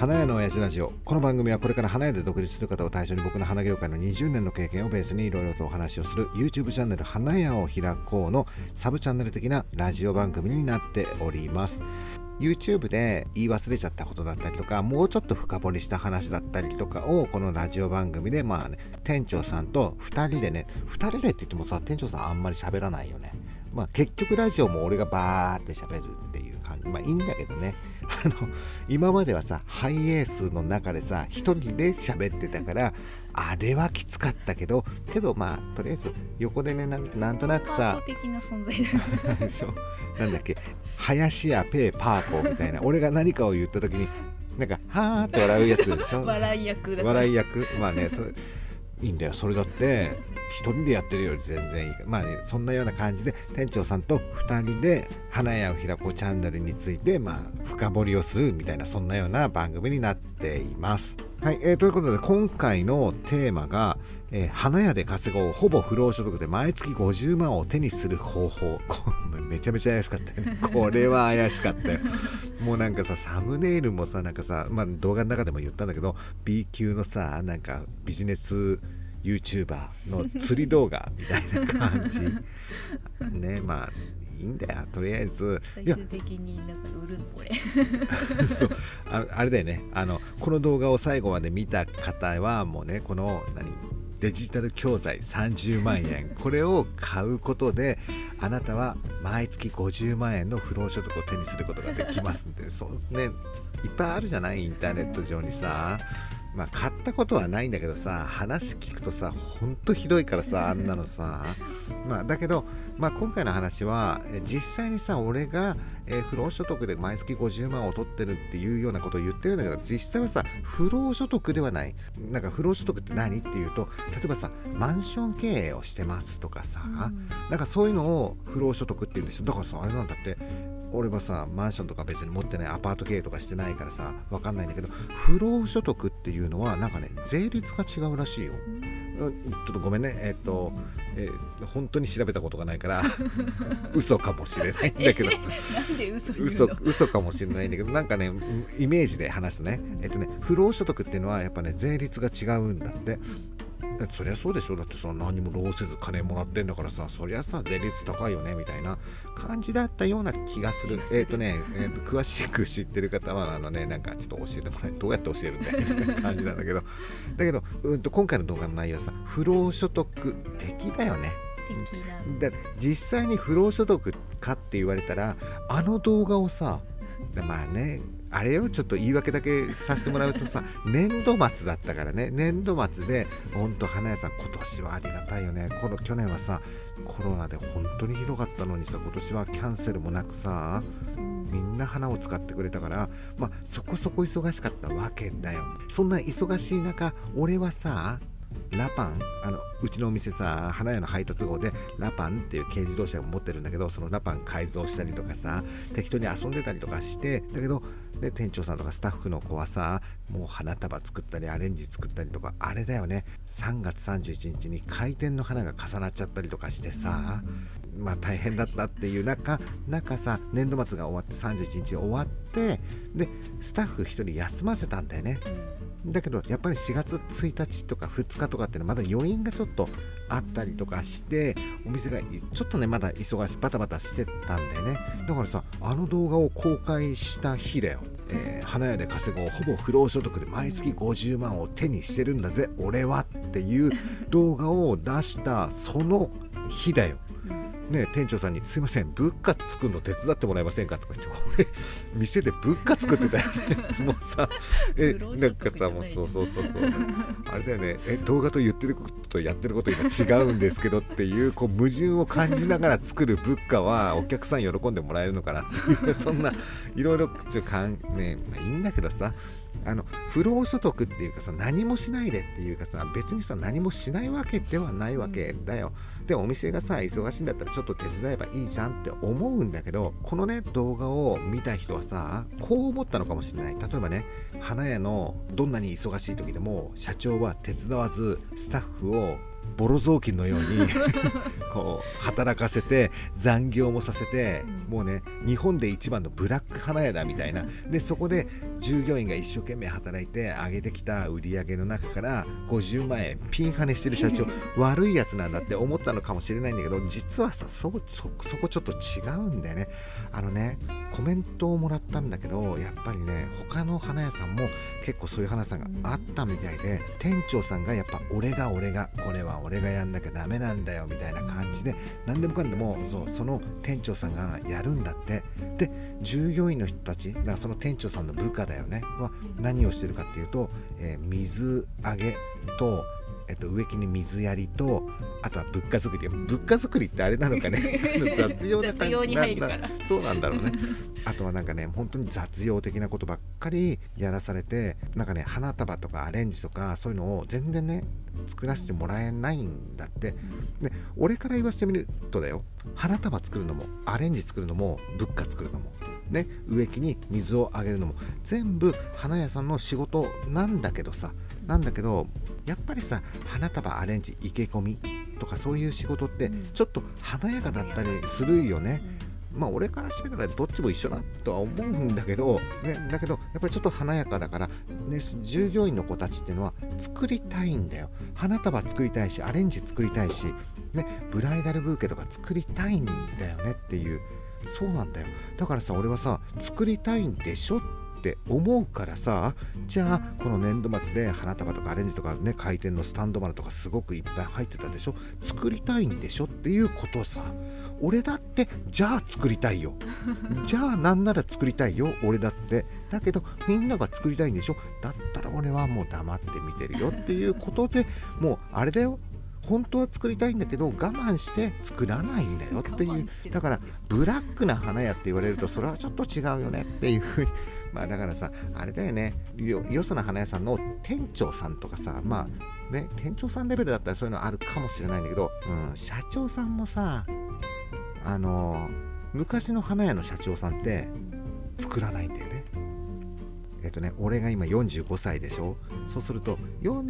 花屋の親父ラジオ。この番組はこれから花屋で独立する方を対象に僕の花業界の20年の経験をベースにいろいろとお話をする YouTube チャンネル花屋を開こうのサブチャンネル的なラジオ番組になっております。 YouTube で言い忘れちゃったことだったりとか、もうちょっと深掘りした話だったりとかをこのラジオ番組で店長さんと2人でって言ってもさ、店長さんあんまり喋らないよね。結局ラジオも俺がバーって喋るっていう感じ。いいんだけどね。今まではさ、ハイエースの中でさ、一人で喋ってたから、あれはきつかったけどとりあえず横でね、なんとなくさ、 的な存在だでしょ。なんだっけ、林家ペーパーコみたいな、俺が何かを言った時になんかはーって笑うやつでしょ。 笑い役だ。 笑い役。それいいんだよ。それだって一人でやってるより全然いいから。そんなような感じで店長さんと2人で花屋を開こうチャンネルについて深掘りをするみたいな、そんなような番組になっています。はい、ということで今回のテーマが、花屋で稼ごうほぼ不労所得で毎月50万を手にする方法。めちゃめちゃ怪しかったよね。これは怪しかったよ。もうなんかさ、サムネイルもさ、なんかさ、動画の中でも言ったんだけど B 級のさ、なんかビジネス YouTuber の釣り動画みたいな感じね。いいんだよ、とりあえず。 最終的になんか売るのこれそう、あれだよね。この動画を最後まで見た方はもうね、このデジタル教材30万円これを買うことであなたは毎月50万円の不労所得を手にすることができますんで。そうね、いっぱいあるじゃない、インターネット上にさ。買ったことはないんだけどさ、話聞くとさ、ほんとひどいからさ、あんなのさ。だけど、今回の話は実際にさ、俺が、不労所得で毎月50万を取ってるっていうようなことを言ってるんだけど、実際はさ、不労所得ではない。なんか不労所得って何っていうと、例えばさ、マンション経営をしてますとかさ、なんかそういうのを不労所得って言うんですよ。だからさ、あれなんだって、俺はさ、マンションとか別に持ってない、アパート経営とかしてないからさ、わかんないんだけど、不労所得っていうのはなんかね、税率が違うらしいよ。ちょっとごめんね、本当に調べたことがないから嘘かもしれないんだけどなんで嘘かもしれないんだけど、なんかね、イメージで話すね。不労所得っていうのはやっぱね、税率が違うんだって。そりゃそうでしょ。だってさ、何も労せず金もらってんだからさ、そりゃさ、税率高いよねみたいな感じだったような気がする。詳しく知ってる方はなんかちょっと教えてもらえ、どうやって教えるんだよみたいな感じなんだけど今回の動画の内容はさ、不労所得的だよね。実際に不労所得かって言われたら、あの動画をさ、あれをちょっと言い訳だけさせてもらうとさ、年度末だったからね。年度末でほんと花屋さん、今年はありがたいよね。去年はさ、コロナで本当にひどかったのにさ、今年はキャンセルもなくさ、みんな花を使ってくれたから、そこそこ忙しかったわけだよ。そんな忙しい中、俺はさ、ラパン、うちのお店さ、花屋の配達号でラパンっていう軽自動車を持ってるんだけど、そのラパン改造したりとかさ、適当に遊んでたりとかして、だけどで店長さんとかスタッフの子はさ、もう花束作ったりアレンジ作ったりとか、あれだよね、3月31日に開店の花が重なっちゃったりとかしてさ、大変だったっていう中さ、年度末が終わって31日終わって、でスタッフ1人休ませたんだよね。だけどやっぱり4月1日とか2日とかってのはまだ余韻がちょっとあったりとかして、お店がちょっとね、まだ忙しい、バタバタしてたんだよね。だからさ、あの動画を公開した日だよ。花屋で稼ごうほぼ不労所得で毎月50万を手にしてるんだぜ俺はっていう動画を出したその日だよ。店長さんにすいません、物価作るの手伝ってもらえませんかとか言って、俺店で物価作ってたよね。もうさ、なんかさ、もうそうあれだよね、動画と言ってることとやってること今違うんですけどっていう、矛盾を感じながら作る物価はお客さん喜んでもらえるのかなっていう、そんないろいろいいんだけどさ、不労所得っていうかさ、何もしないでっていうかさ、別にさ、何もしないわけではないわけだよ。でお店がさ、忙しいんだったらちょっと手伝えばいいじゃんって思うんだけど、このね動画を見た人はさ、こう思ったのかもしれない。例えばね、花屋のどんなに忙しい時でも社長は手伝わずスタッフをボロ雑巾のようにこう働かせて残業もさせて、もうね日本で一番のブラック花屋だみたいな。でそこで従業員が一生懸命働いて上げてきた売り上げの中から50万円ピンハネしてる社長悪いやつなんだって思ったのかもしれないんだけど、実はさそこちょっと違うんだよね。コメントをもらったんだけど、やっぱりね他の花屋さんも結構そういう花屋さんがあったみたいで、店長さんがやっぱ俺がこれは俺がやんなきゃダメなんだよみたいな感じで、何でもかんでもその店長さんがやるんだって。で従業員の人たちだからその店長さんの部下だよねは何をしてるかっていうと、水揚げと植木に水やりと、あとは物価作りってあれなのかね雑用な感じ雑用に入るからそうなんだろうねあとはなんかね本当に雑用的なことばっかりやらされて、なんかね花束とかアレンジとかそういうのを全然ね作らせてもらえないんだって。で俺から言わせてみるとだよ、花束作るのもアレンジ作るのも物価作るのもね、植木に水をあげるのも全部花屋さんの仕事なんだけどやっぱりさ花束アレンジ生け込みとかそういう仕事ってちょっと華やかだったりするよね。まあ俺からしてみたらどっちも一緒だとは思うんだけど、だけどやっぱりちょっと華やかだから、ね、従業員の子たちっていうのは作りたいんだよ。花束作りたいしアレンジ作りたいし、ね、ブライダルブーケとか作りたいんだよねっていう。そうなんだよ。だからさ俺はさ作りたいんでしょって思うからさ、じゃあこの年度末で花束とかアレンジとかね、開店のスタンドマルとかすごくいっぱい入ってたでしょ。作りたいんでしょっていうことをさ、俺だってじゃあ作りたいよじゃあなんなら作りたいよ俺だって。だけどみんなが作りたいんでしょ。だったら俺はもう黙って見てるよっていうことで、もうあれだよ、本当は作りたいんだけど我慢して作らないんだよっていう。だからブラックな花屋って言われるとそれはちょっと違うよねっていうふうにまあだからさあれだよね、よその花屋さんの店長さんとかさ、まあね店長さんレベルだったらそういうのあるかもしれないんだけど、社長さんもさ昔の花屋の社長さんって作らないんだよね。俺が今45歳でしょ。そうすると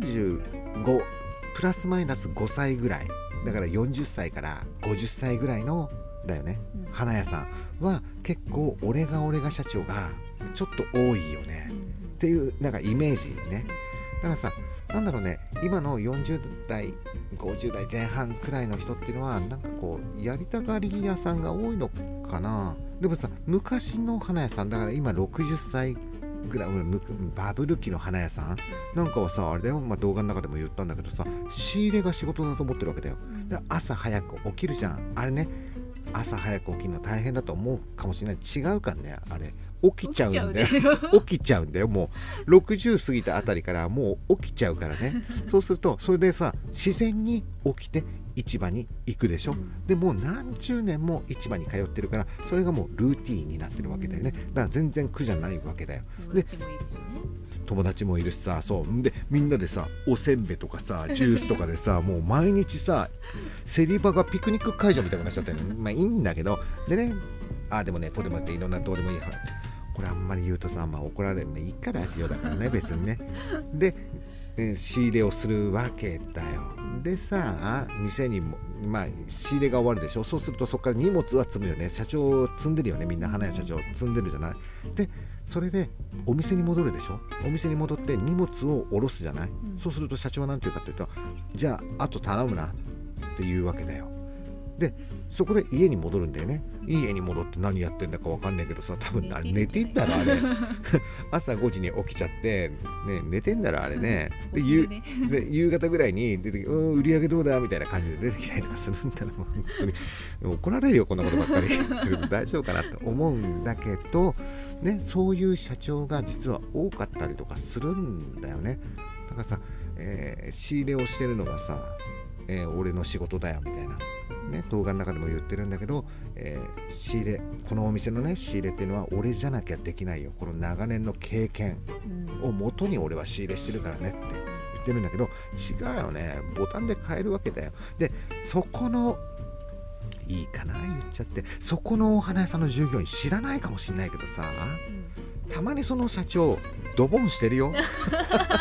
45プラスマイナス5歳ぐらいだから40歳から50歳ぐらいのだよね、花屋さんは結構俺が社長がちょっと多いよねっていうなんかイメージね。だからさなんだろうね、今の40代50代前半くらいの人っていうのはなんかこうやりたがり屋さんが多いのかな。でもさ昔の花屋さんだから今60歳ぐらいバブル期の花屋さんなんかはさあれだよ、まあ、動画の中でも言ったんだけどさ、仕入れが仕事だと思ってるわけだよ。で朝早く起きるじゃん。あれね朝早く起きるの大変だと思うかもしれない。違うかね、あれ起きちゃうんだよ起きちゃうんだよ。もう60過ぎたあたりからもう起きちゃうからねそうするとそれでさ自然に起きて市場に行くでしょ。でもう何十年も市場に通ってるからそれがもうルーティーンになってるわけだよね。だから全然苦じゃないわけだよ。で友達もいるしさ、そうでみんなでさおせんべいとかさジュースとかでさもう毎日さセリ場がピクニック会場みたいになっちゃってるのまあいいんだけど、でねでもねポテモっていろんなどうでもいいこれあんまり言うとさ、まあ、怒られるね。いいかラジオだからね別にね。で仕入れをするわけだよ。でさ店にもまあ仕入れが終わるでしょ。そうするとそこから荷物は積むよね。社長積んでるよね。みんな花屋社長積んでるじゃない。でそれでお店に戻るでしょ。お店に戻って荷物を下ろすじゃない。そうすると社長は何て言うかっていうと、じゃああと頼むなっていうわけだよ。でそこで家に戻るんだよね。家に戻って何やってんだか分かんないけどさ、多分寝てんだろあれ朝5時に起きちゃって、ね、寝てんだろあれね。で夕方ぐらいに出てきて売り上げどうだみたいな感じで出てきたりとかするんだろ。本当に怒られるよこんなことばっかり大丈夫かなって思うんだけど、ね、そういう社長が実は多かったりとかするんだよね。だからさ、仕入れをしてるのがさ、俺の仕事だよみたいなね、動画の中でも言ってるんだけど、仕入れこのお店のね仕入れっていうのは俺じゃなきゃできないよ。この長年の経験を元に俺は仕入れしてるからねって言ってるんだけど、違うよね。ボタンで買えるわけだよ。でそこのいいかな言っちゃって、そこのお花屋さんの従業員知らないかもしれないけどさ、たまにその社長ドボンしてるよ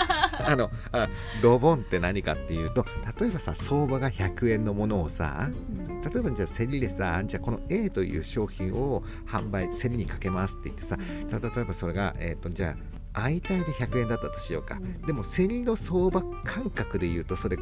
ドボンって何かっていうと、例えばさ、相場が100円のものをさ、例えばじゃあ競りでさ、じゃあこの A という商品を競りにかけますって言ってさ、例えばそれがじゃあ相対で100円だったとしようか、でも競りの相場感覚で言うとそれ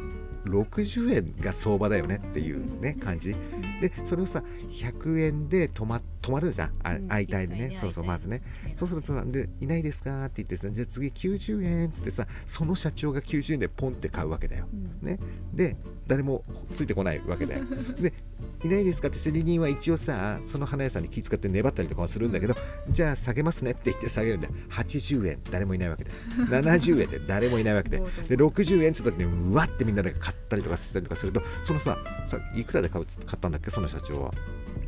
60円が相場だよねっていうね感じで、それをさ100円で止まるじゃん、相対でね、そうそう、まずね、そうするとさ、でいないですかって言ってさ、じゃあ次90円っつってさ、その社長が90円でポンって買うわけだよ、ね、で誰もついてこないわけだよでいないですかって競り人は一応さ、その花屋さんに気遣って粘ったりとかはするんだけど、じゃあ下げますねって言って下げるんだよ。80円誰もいないわけだよ。70円で誰もいないわけで、で60円って言った時にうわってみんなで買ったりとかしたりとかすると、そのさいくらで買ったんだっけ、その社長は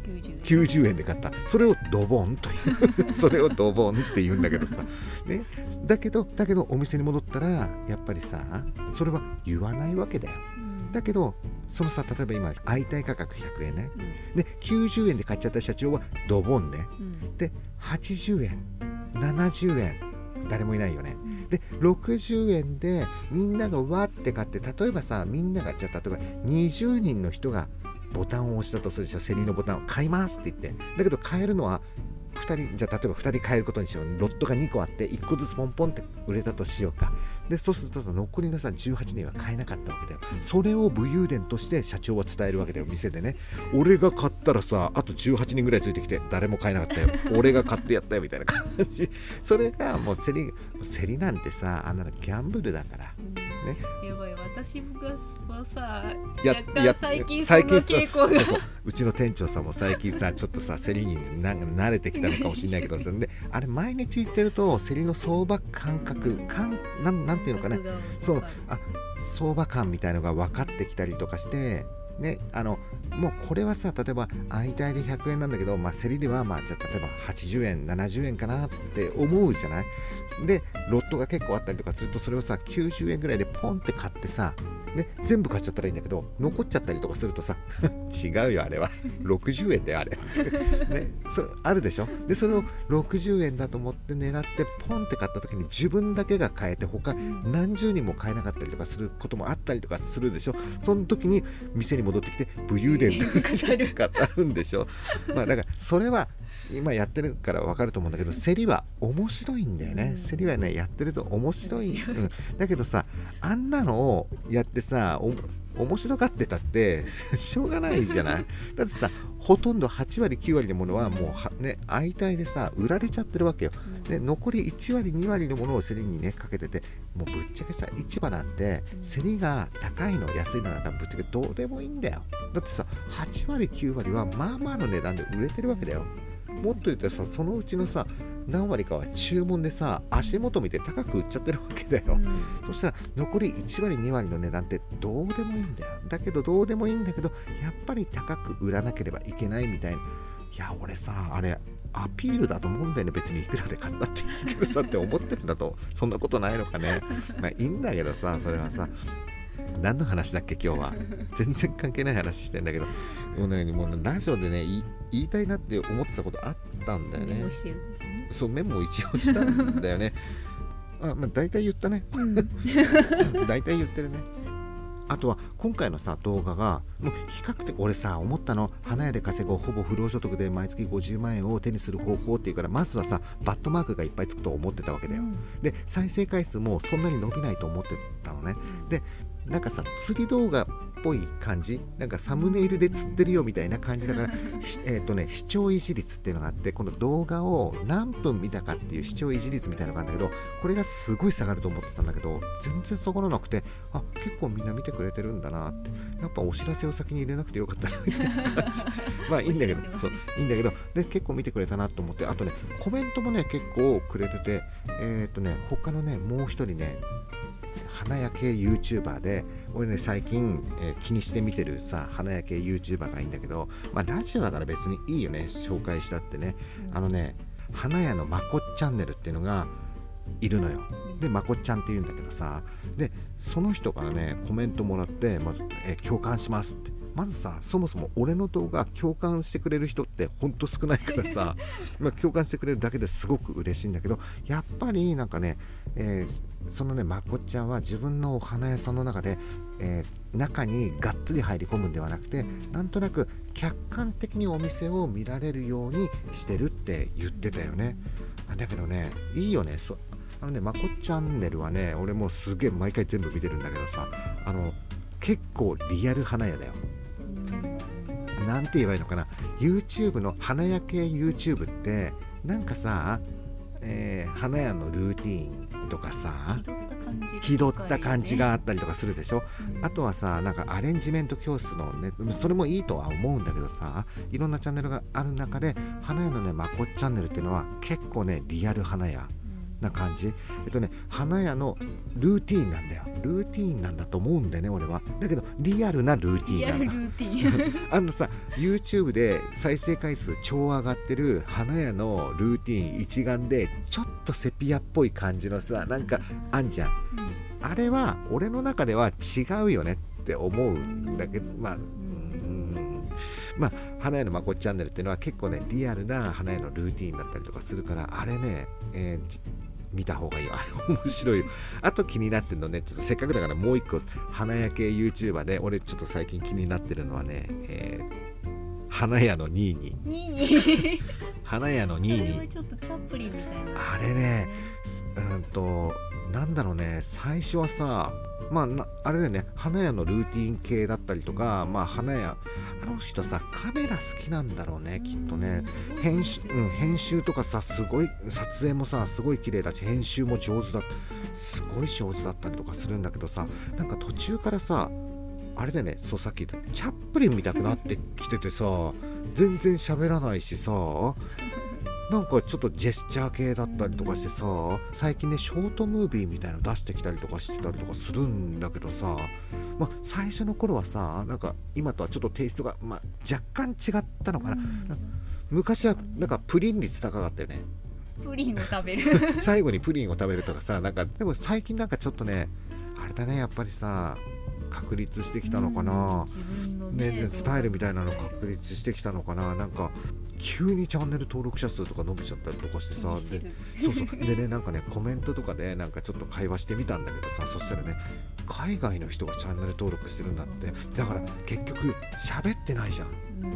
90円で買った。それをドボンというそれをドボンって言うんだけどさ、ね、だけどお店に戻ったらやっぱりさ、それは言わないわけだよ。だけどそのさ、例えば今相対価格100円ね、で90円で買っちゃった社長はドボンね、で80円70円誰もいないよね、で60円でみんながわって買って、例えばさ、みんながじゃあ例えば20人の人がボタンを押したとするでしょ、競りのボタンを買いますって言って、だけど買えるのは2人、じゃあ例えば2人買えることにしよう。ロットが2個あって1個ずつポンポンって売れたとしようか。でそうするとさ、残りのさ18人は買えなかったわけだよ。それを武勇伝として社長は伝えるわけだよ、店でね。俺が買ったらさ、あと18人ぐらいついてきて誰も買えなかったよ俺が買ってやったよみたいな感じ。それがもう競りなんてさ、あんなのギャンブルだからね。 やばい、私がさ、 や若干最近その傾向がそううちの店長さんも最近さちょっとさ競りに慣れてきたのかもしれないけどで、あれ毎日言ってると競りの相場感覚なんていうのかね、そう相場感みたいのが分かってきたりとかしてね、もうこれはさ、例えば相対で100円なんだけど、競りではじゃあ例えば80円70円かなって思うじゃない。でロットが結構あったりとかすると、それをさ90円ぐらいでポンって買ってさ、ね、全部買っちゃったらいいんだけど、残っちゃったりとかするとさ違うよあれは60円であれね、あるでしょ。でそれを60円だと思って狙ってポンって買った時に自分だけが買えて他何十人も買えなかったりとかすることもあったりとかするでしょ。その時に店に戻ってきて武勇伝とか語るんでしょ。だからそれは今やってるから分かると思うんだけど、競りは面白いんだよね。競りはねやってると面白い、だけどさ、あんなのをやってさ面白がってたってしょうがないじゃない。だってさ、ほとんど8割9割のものはもうね相対でさ売られちゃってるわけよ。で残り1割2割のものを競りにねかけてて、もうぶっちゃけさ市場なんて競りが高いの安いのなんかぶっちゃけどうでもいいんだよ。だってさ8割9割はまあまあの値段で売れてるわけだよ。もっと言ったらさ、そのうちのさ何割かは注文でさ足元見て高く売っちゃってるわけだよ、そしたら残り1割2割の値段ってどうでもいいんだよ。だけどどうでもいいんだけど、やっぱり高く売らなければいけないみたいな。いや俺さあれアピールだと思うんだよね。別にいくらで買ったっていいけどさって思ってるんだと、そんなことないのかね。いいんだけどさ、それはさ何の話だっけ今日は。全然関係ない話してんだけど、もうラジオでね言いたいなって思ってたことあったんだよね。 メモしてるんですね。 そうメモを一応したんだよね。大体言ったね。大体言ってるね。あとは今回のさ動画がもう比較的俺さ思ったの、花屋で稼ぐほぼ不労所得で毎月50万円を手にする方法っていうから、まずはさバットマークがいっぱいつくと思ってたわけだよ、で再生回数もそんなに伸びないと思ってたのね。でなんかさ釣り動画っぽい感じ、なんかサムネイルで釣ってるよみたいな感じだから視聴維持率っていうのがあって、この動画を何分見たかっていう視聴維持率みたいなのがあるんだけど、これがすごい下がると思ってたんだけど全然下がらなくて、結構みんな見てくれてるんだなって、やっぱお知らせを先に入れなくてよかったなみたいな感じ。いいんだけど、そういいんだけど、で結構見てくれたなと思って、あとねコメントもね結構くれてて、他のねもう一人ね花屋系 YouTuber で俺ね最近、気にして見てるさ花屋系 YouTuber がいいんだけど、ラジオだから別にいいよね紹介したってね。花屋のまこっチャンネルっていうのがいるのよ。でまこっちゃんって言うんだけどさ、でその人からねコメントもらって、共感しますって、 まずさ、そもそも俺の動画共感してくれる人ってほんと少ないからさ共感してくれるだけですごく嬉しいんだけど、やっぱりなんかね、そのねまこっちゃんは自分のお花屋さんの中で、中にがっつり入り込むんではなくて、なんとなく客観的にお店を見られるようにしてるって言ってたよね。だけどね、いいよね。まこチャンネルはね、俺もすげえ毎回全部見てるんだけどさ、結構リアル花屋だよ。なんて言えばいいのかな、 YouTube の花屋系 YouTube ってなんかさ、花屋のルーティーンとかさ、気取った感じがあったりとかするでしょ。あとはさ、なんかアレンジメント教室のね、それもいいとは思うんだけどさ、いろんなチャンネルがある中で花屋のねまこチャンネルっていうのは結構ねリアル花屋な感じ。花屋のルーティーンなんだよ。ルーティーンなんだと思うんだよね俺は。だけどリアルなルーティーンなんだ。さ YouTube で再生回数超上がってる花屋のルーティーン一眼でちょっとセピアっぽい感じのさ、なんかあんじゃん、あれは俺の中では違うよねって思うんだけど、花屋のまこチャンネルっていうのは結構ねリアルな花屋のルーティーンだったりとかするから、あれね、見た方がいいよ。あれ面白いよ。あと気になってるのね、ちょっとせっかくだからもう一個花屋系 YouTuber で俺ちょっと最近気になってるのはね、花屋のニーニー花屋のニーニー、 あれはちょっとチャップリンみたいな。 あれね、なんだろうね、最初はさ、あれだよね、花屋のルーティン系だったりとか、花屋、あの人さカメラ好きなんだろうねきっとね。編集とかさ、すごい撮影もさすごい綺麗だし、編集もすごい上手だったりとかするんだけどさ、なんか途中からさ、あれだよね、そうさっき言ったチャップリン見たくなってきててさ、全然喋らないしさ、なんかちょっとジェスチャー系だったりとかしてさ、最近ねショートムービーみたいの出してきたりとかしてたりとかするんだけどさ、最初の頃はさ、なんか今とはちょっとテイストが、若干違ったのかな、昔はなんかプリン率高かったよね。 プリンを食べる最後にプリンを食べるとかさ、なんかでも最近なんかちょっとね、あれだね、やっぱりさ確立してきたのかな、スタイルみたいなの確立してきたのかな。なんか急にチャンネル登録者数とか伸びちゃったりとかしてさ、でね、なんかねコメントとかでなんかちょっと会話してみたんだけどさ、そしたらね、海外の人がチャンネル登録してるんだって。だから結局喋ってないじゃん、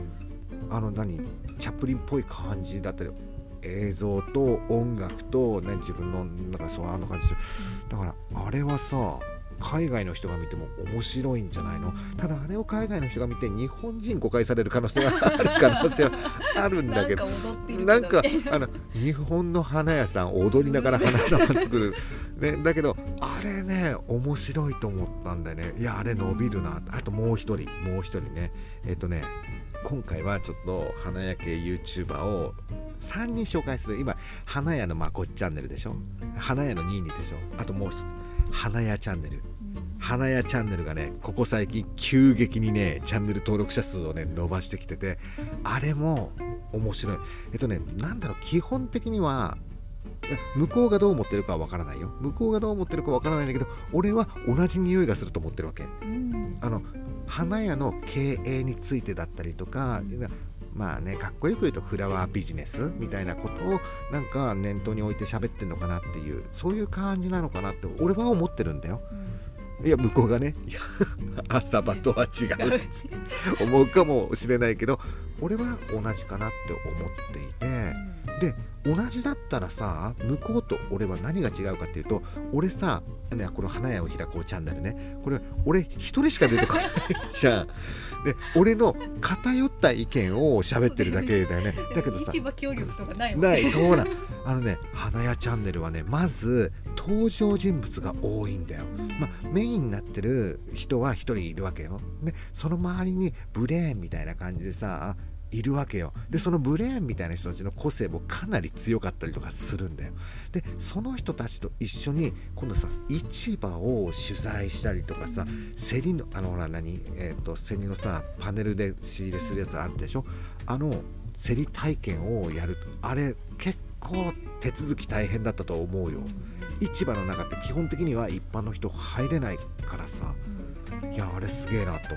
チャップリンっぽい感じだったり、映像と音楽とね、自分のなんかそうあの感じする。だからあれはさ、海外の人が見ても面白いんじゃないの。ただあれを海外の人が見て日本人誤解される可能性がある可能性はあるんだけど、なんか日本の花屋さん踊りながら花束作る、ね、だけどあれね面白いと思ったんだよね。いやあれ伸びるな。あともう一人ね、今回はちょっと花屋系 YouTuber を3人紹介する。今花屋のまこチャンネルでしょ、花屋のニーニーでしょ、あともう一つ花屋チャンネル。花屋チャンネルがね、ここ最近急激にねチャンネル登録者数をね伸ばしてきてて、あれも面白い。なんだろう、基本的には向こうがどう思ってるかはわからないよ。向こうがどう思ってるかわからないんだけど、俺は同じ匂いがすると思ってるわけ。花屋の経営についてだったりとか、かっこよく言うとフラワービジネスみたいなことをなんか念頭に置いて喋ってんのかなっていう、そういう感じなのかなって俺は思ってるんだよ。いや向こうがね、いや朝場とは違うって思うかもしれないけど、俺は同じかなって思っていて、で同じだったらさ、向こうと俺は何が違うかっていうと、俺さ、この花屋を開こうチャンネルね、これ俺一人しか出てこないじゃん。で俺の偏った意見を喋ってるだけだよね。だけどさ、 市場協力とかないもんね。 ない、そうな花屋チャンネルはね、まず登場人物が多いんだよ。メインになってる人は一人いるわけよ。でその周りにブレーンみたいな感じでさいるわけよ。でそのブレーンみたいな人たちの個性もかなり強かったりとかするんだよ。でその人たちと一緒に今度さ、市場を取材したりとかさ、競りの競りのさパネルで仕入れするやつあるでしょ。競り体験をやる、あれ結構手続き大変だったと思うよ。市場の中って基本的には一般の人入れないからさ、いやあれすげえなと思っ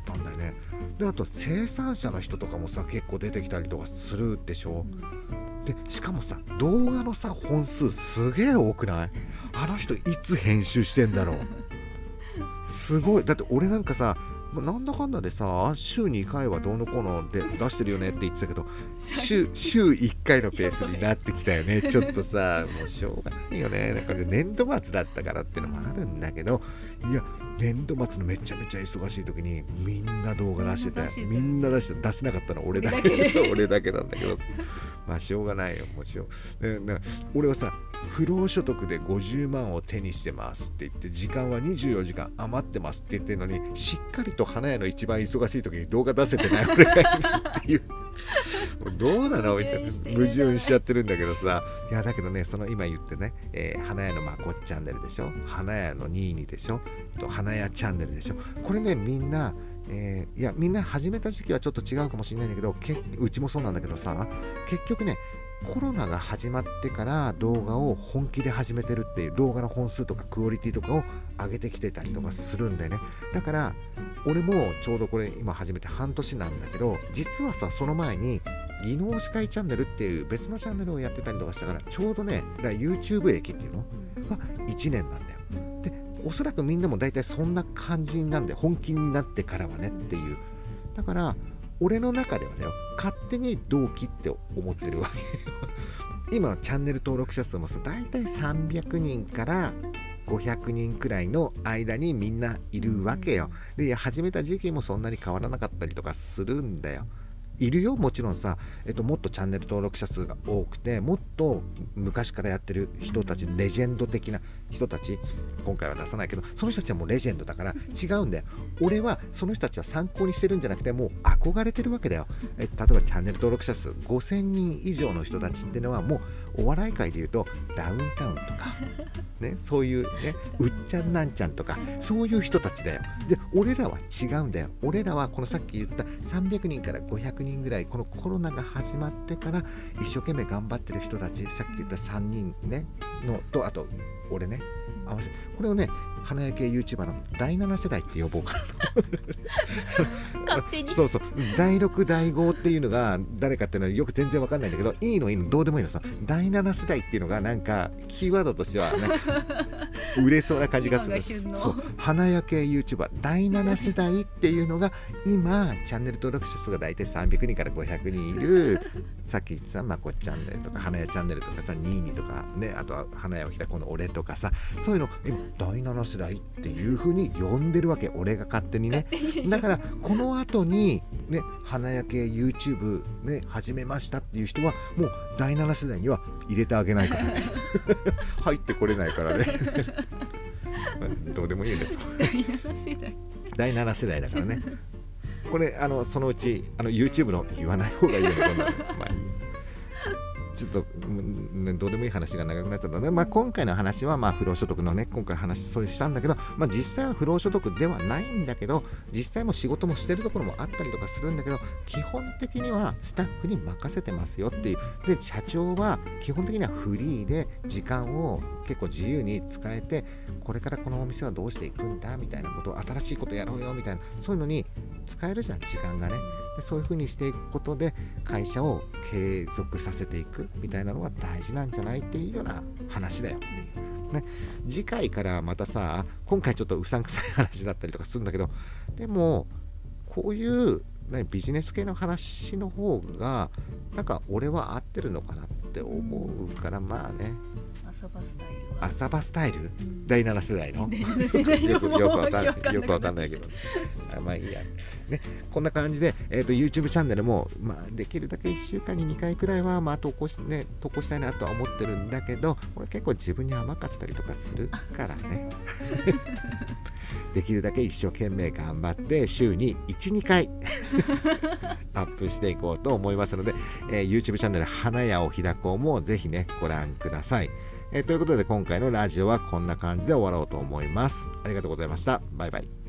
ったんだよね。であと生産者の人とかもさ結構出てきたりとかするでしょ。でしかもさ動画のさ本数すげえ多くない？あの人いつ編集してんだろう。すごい。だって俺なんかさなんだかんだでさ週2回はどうのこうので出してるよねって言ってたけど週1回のペースになってきたよね。ちょっとさもうしょうがないよね。なんか年度末だったからっていうのもあるんだけど、いや年度末のめちゃめちゃ忙しい時にみんな動画出してたよ。みんな出して出せなかったの俺だけ俺だけなんだけど、まあしょうがないよ。もう俺はさ不労所得で50万を手にしてますって言って時間は24時間余ってますって言ってるのに、しっかりと花屋の一番忙しい時に動画出せてない俺がいるっていうどうなのみたいな矛盾しちゃってるんだけどさ。いやだけどねその今言ってね、花屋のまこっチャンネルでしょ、花屋のニーニでしょ、と花屋チャンネルでしょ。これねみんないやみんな始めた時期はちょっと違うかもしれないんだけどうちもそうなんだけどさ、結局ねコロナが始まってから動画を本気で始めてるっていう、動画の本数とかクオリティとかを上げてきてたりとかするんだよね。だから俺もちょうどこれ今始めて半年なんだけど、実はさその前に技能司会チャンネルっていう別のチャンネルをやってたりとかしたから、ちょうどねだから YouTube 歴っていうのは1年なんだよ。でおそらくみんなも大体そんな感じなんで、本気になってからはねっていう。だから俺の中ではね勝手に同期って思ってるわけ今チャンネル登録者数もさ大体300人から500人くらいの間にみんないるわけよ。で始めた時期もそんなに変わらなかったりとかするんだよ。いるよもちろんさ、もっとチャンネル登録者数が多くてもっと昔からやってる人たち、レジェンド的な人たち、今回は出さないけどその人たちはもうレジェンドだから違うんだよ。俺はその人たちは参考にしてるんじゃなくてもう憧れてるわけだよ。例えばチャンネル登録者数5000人以上の人たちっていうのはもうお笑い界でいうとダウンタウンとかね、そういうねうっちゃんなんちゃんとかそういう人たちだよ。で俺らは違うんだよ。俺らはこのさっき言った300人から500人ぐらい、このコロナが始まってから一生懸命頑張ってる人たち、さっき言った3人ねのとあと俺ね合わせてこれをね花屋系 YouTuber の第7世代って呼ぼうかな勝手にそう第6第5っていうのが誰かっていうのはよく全然わかんないんだけど、いいのどうでもいいのさ。第7世代っていうのがなんかキーワードとしてはね売れそうな感じがする。そう花屋系 YouTuber 第7世代っていうのが今チャンネル登録者数が大体300人から500人いるさっき言ってたまこチャンネルとか花屋チャンネルとかさニーニとかね、あとは花屋を開こうの俺とかさ、そういうの今第7世代っていう風に呼んでるわけ、俺が勝手にね。だからこの後にね花屋系 YouTube ね始めましたっていう人はもう第7世代には入れてあげないからね入ってこれないからねどうでもいいです第7世代だからね。これそのうちYouTube の言わない方がいいよねこんなのまあいい。ちょっと、どうでもいい話が長くなっちゃったので、今回の話は不労所得のね今回話そうしたんだけど、実際は不労所得ではないんだけど、実際も仕事もしてるところもあったりとかするんだけど、基本的にはスタッフに任せてますよっていう。で社長は基本的にはフリーで時間を結構自由に使えて、これからこのお店はどうしていくんだみたいなことを、新しいことやろうよみたいな、そういうのに使えるじゃん時間がね。でそういう風にしていくことで会社を継続させていくみたいなのが大事なんじゃないっていうような話だよっていうね。次回からまたさ、今回ちょっとうさんくさい話だったりとかするんだけど、でもこういうビジネス系の話の方がなんか俺は合ってるのかなって思うから、まあね。朝場スタイル、第7世代のよくわかんないけどまあいいや、ね、こんな感じで、YouTube チャンネルも、できるだけ1週間に2回くらいは、投稿したいなとは思ってるんだけど、これ結構自分に甘かったりとかするからねできるだけ一生懸命頑張って週に 1,2 回アップしていこうと思いますので、YouTube チャンネル花屋を開こうもぜひねご覧ください。ということで今回のラジオはこんな感じで終わろうと思います。ありがとうございました。バイバイ。